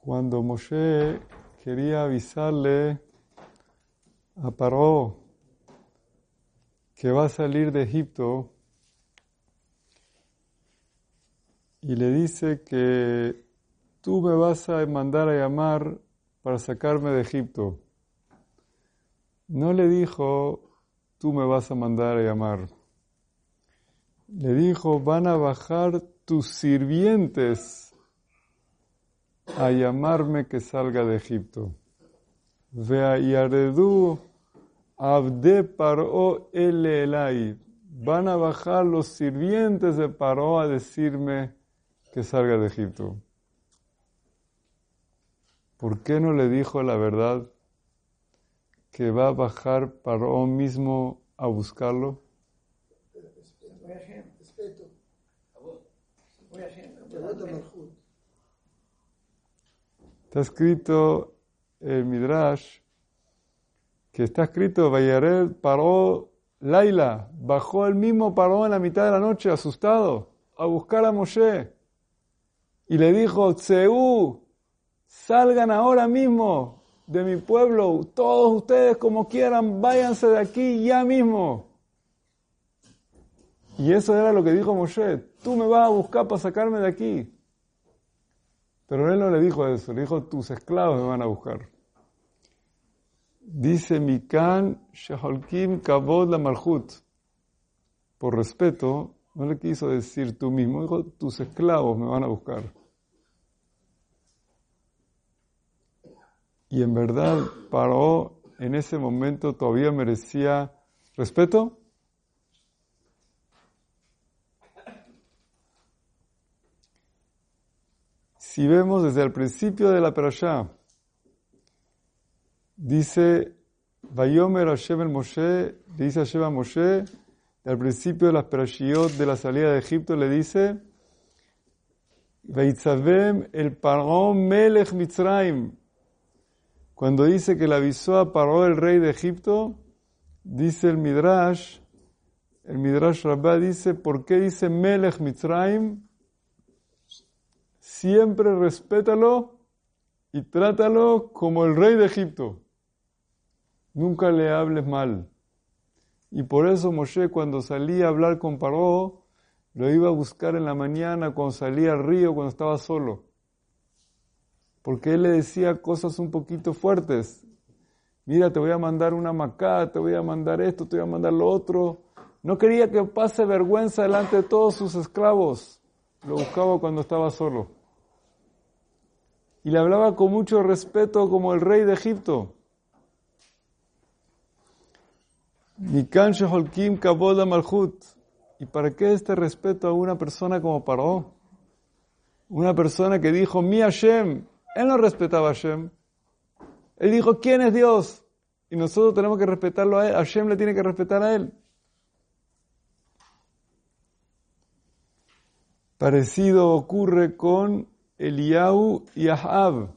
Cuando Moshe quería avisarle a Paró que va a salir de Egipto y le dice que tú me vas a mandar a llamar para sacarme de Egipto. No le dijo, tú me vas a mandar a llamar. Le dijo, van a bajar tus sirvientes a llamarme que salga de Egipto. Ve'ayaredu abde Paró ele elai. Van a bajar los sirvientes de Paró a decirme que salga de Egipto. ¿Por qué no le dijo la verdad que va a bajar Paró mismo a buscarlo? Está escrito el Midrash, que está escrito, Vayared Paró Laila, bajó el mismo Paró en la mitad de la noche, asustado, a buscar a Moshe. Y le dijo, Tseú, salgan ahora mismo de mi pueblo, todos ustedes como quieran, váyanse de aquí ya mismo. Y eso era lo que dijo Moshe, tú me vas a buscar para sacarme de aquí. Pero él no le dijo eso, le dijo, tus esclavos me van a buscar. Dice Mikan Sheholkim Kavod la Malchut. Por respeto, no le quiso decir tú mismo, dijo, tus esclavos me van a buscar. Y en verdad, Paró en ese momento todavía merecía respeto. Si vemos desde el principio de la Perashá, dice, Vayomer Hashem el Moshe, le dice Hashem a Moshe, al principio de las Perashiot de la salida de Egipto, le dice, Veitzavem el Paró Melech Mitzrayim. Cuando dice que le avisó a Paró el rey de Egipto, dice el Midrash Rabbah dice, ¿por qué dice Melech Mitzrayim? Siempre respétalo y trátalo como el rey de Egipto. Nunca le hables mal. Y por eso Moshe cuando salía a hablar con Paró, lo iba a buscar en la mañana cuando salía al río, cuando estaba solo. Porque él le decía cosas un poquito fuertes. Mira, te voy a mandar una macá, te voy a mandar esto, te voy a mandar lo otro. No quería que pase vergüenza delante de todos sus esclavos. Lo buscaba cuando estaba solo. Y le hablaba con mucho respeto como el rey de Egipto. Mikan Sheholkim Kavod Malchut. ¿Y para qué este respeto a una persona como Paró? Una persona que dijo, mi Hashem. Él no respetaba a Hashem. Él dijo, ¿quién es Dios? Y nosotros tenemos que respetarlo a él. Hashem le tiene que respetar a él. Parecido ocurre con Eliyahu y Ahab.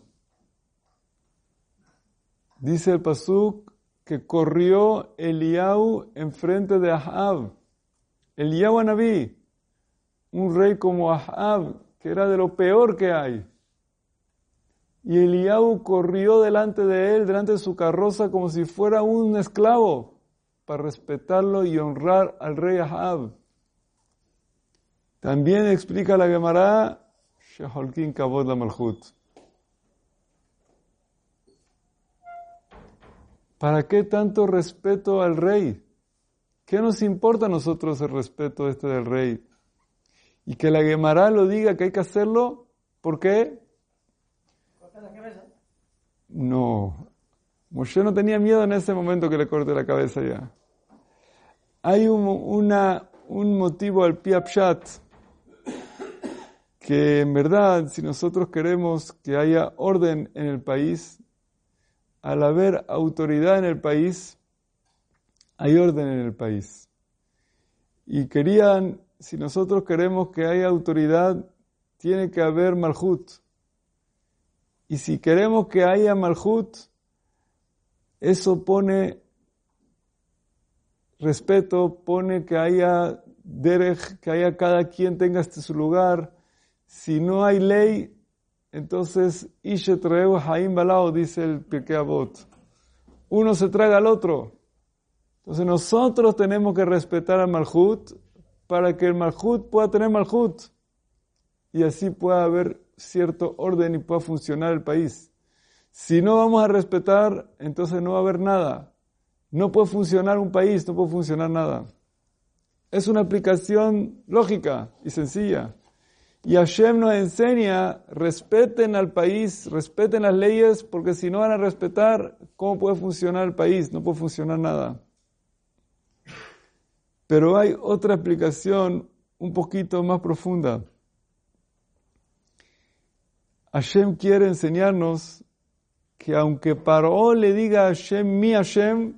Dice el pasuk que corrió Eliyahu enfrente de Ahab. Eliyahu Anabí, un rey como Ahab, que era de lo peor que hay. Y Eliyahu corrió delante de él, delante de su carroza, como si fuera un esclavo, para respetarlo y honrar al rey Ahab. También explica la Gemara, Sheholkim Kavod la Malchut. ¿Para qué tanto respeto al rey? ¿Qué nos importa a nosotros el respeto del rey? Y que la Gemara lo diga que hay que hacerlo, ¿por qué? ¿Corta la cabeza? No. Moshe no tenía miedo en ese momento que le corte la cabeza ya. Hay un motivo al pi pshat, que en verdad, si nosotros queremos que haya orden en el país, al haber autoridad en el país, hay orden en el país. Y si nosotros queremos que haya autoridad, tiene que haber malhut. Y si queremos que haya malhut, eso pone respeto, pone que haya derech, que haya cada quien tenga su lugar. Si no hay ley, entonces Ishe Treu Haim Balao, dice el Pirkei Avot. Uno se traga al otro. Entonces nosotros tenemos que respetar al Malhut para que el Malhut pueda tener Malhut. Y así pueda haber cierto orden y pueda funcionar el país. Si no vamos a respetar, entonces no va a haber nada. No puede funcionar un país, no puede funcionar nada. Es una aplicación lógica y sencilla. Y Hashem nos enseña, respeten al país, respeten las leyes, porque si no van a respetar, ¿cómo puede funcionar el país? No puede funcionar nada. Pero hay otra explicación un poquito más profunda. Hashem quiere enseñarnos que aunque Paró le diga a Hashem, mi Hashem,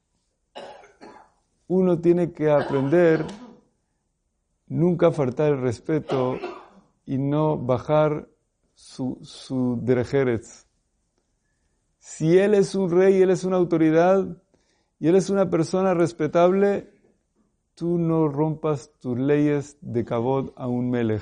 uno tiene que aprender nunca faltar el respeto y no bajar su derejeres. Si él es un rey, él es una autoridad y él es una persona respetable, tú no rompas tus leyes de kabod a un melech.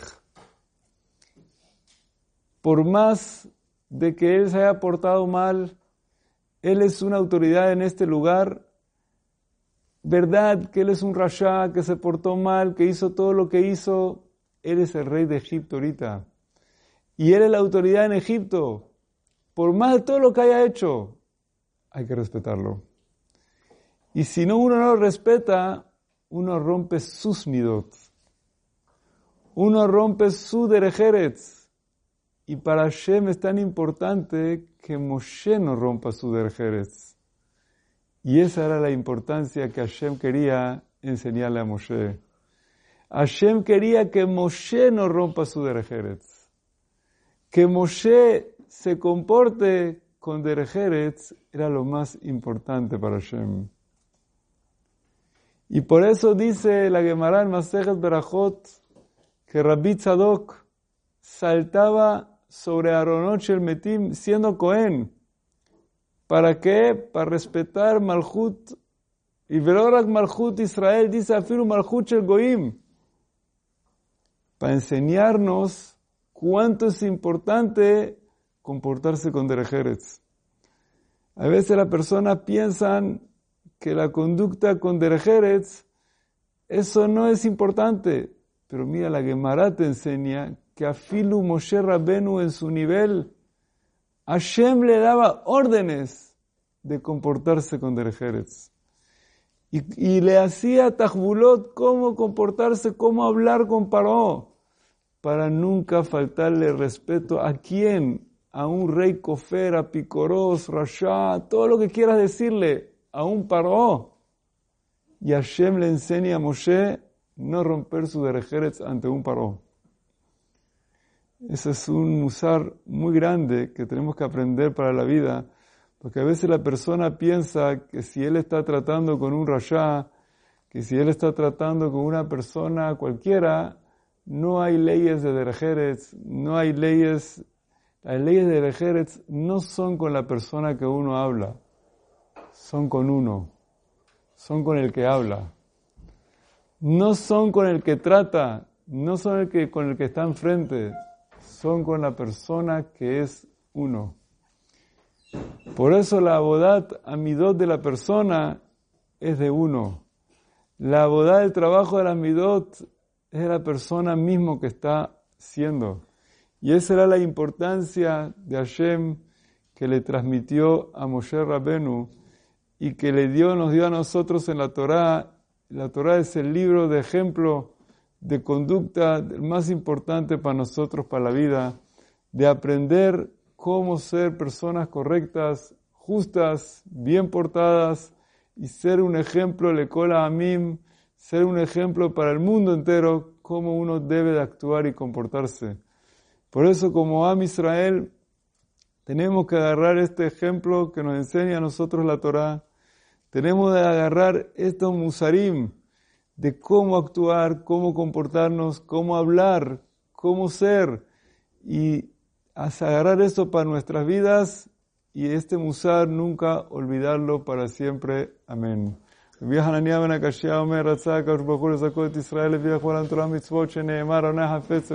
Por más de que él se haya portado mal, él es una autoridad en este lugar. Verdad que él es un rasha, que se portó mal, que hizo todo lo que hizo. Él es el rey de Egipto ahorita. Y él es la autoridad en Egipto. Por más de todo lo que haya hecho, hay que respetarlo. Y si no, uno no lo respeta, uno rompe sus midot. Uno rompe su derejeretz. Y para Hashem es tan importante que Moshe no rompa su derejeretz. Y esa era la importancia que Hashem quería enseñarle a Moshe. Hashem quería que Moshe no rompa su derejeretz. Que Moshe se comporte con derejeretz era lo más importante para Hashem. Y por eso dice la Gemara en Masejet Berajot que Rabbi Tzadok saltaba sobre Aronot Shel Metim siendo Cohen. ¿Para qué? Para respetar Malchut. Y Velorak Malchut Israel dice Afiru Malchut Shel Goim. Para enseñarnos cuánto es importante comportarse con derejeretz. A veces las personas piensan que la conducta con derejeretz, eso no es importante. Pero mira, la Gemara te enseña que Afilu Moshe Rabbenu en su nivel, Hashem le daba órdenes de comportarse con derejeretz. Y le hacía tajbulot cómo comportarse, cómo hablar con Paró, para nunca faltarle respeto a quién, a un rey kofer, a picoros, rasha, todo lo que quieras decirle, a un Paró. Y Hashem le enseña a Moshe no romper su derejeretz ante un Paró. Ese es un musar muy grande que tenemos que aprender para la vida, porque a veces la persona piensa que si él está tratando con un rasha, que si él está tratando con una persona cualquiera, no hay leyes de derejeretz, no hay leyes. Las leyes de derejeretz no son con la persona que uno habla, son con uno, son con el que habla. No son con el que trata, no son con el que está enfrente, son con la persona que es uno. Por eso la abodat amidot de la persona es de uno. La abodat del trabajo de la amidot es de la persona mismo que está siendo. Y esa era la importancia de Hashem que le transmitió a Moshe Rabbenu y que nos dio a nosotros en la Torá. La Torá es el libro de ejemplo de conducta más importante para nosotros, para la vida, de aprender cómo ser personas correctas, justas, bien portadas y ser un ejemplo lekol ha'amim, ser un ejemplo para el mundo entero, cómo uno debe de actuar y comportarse. Por eso, como Am Israel, tenemos que agarrar este ejemplo que nos enseña a nosotros la Torá. Tenemos que agarrar estos musarim de cómo actuar, cómo comportarnos, cómo hablar, cómo ser, y agarrar eso para nuestras vidas y este musar nunca olvidarlo para siempre. Amén. רבי חנניה בן הקשיא אומר, רצה הקדוש ברוך הוא לזכות את ישראל לפי כל התורה מצוות שנאמר, עונה חפץ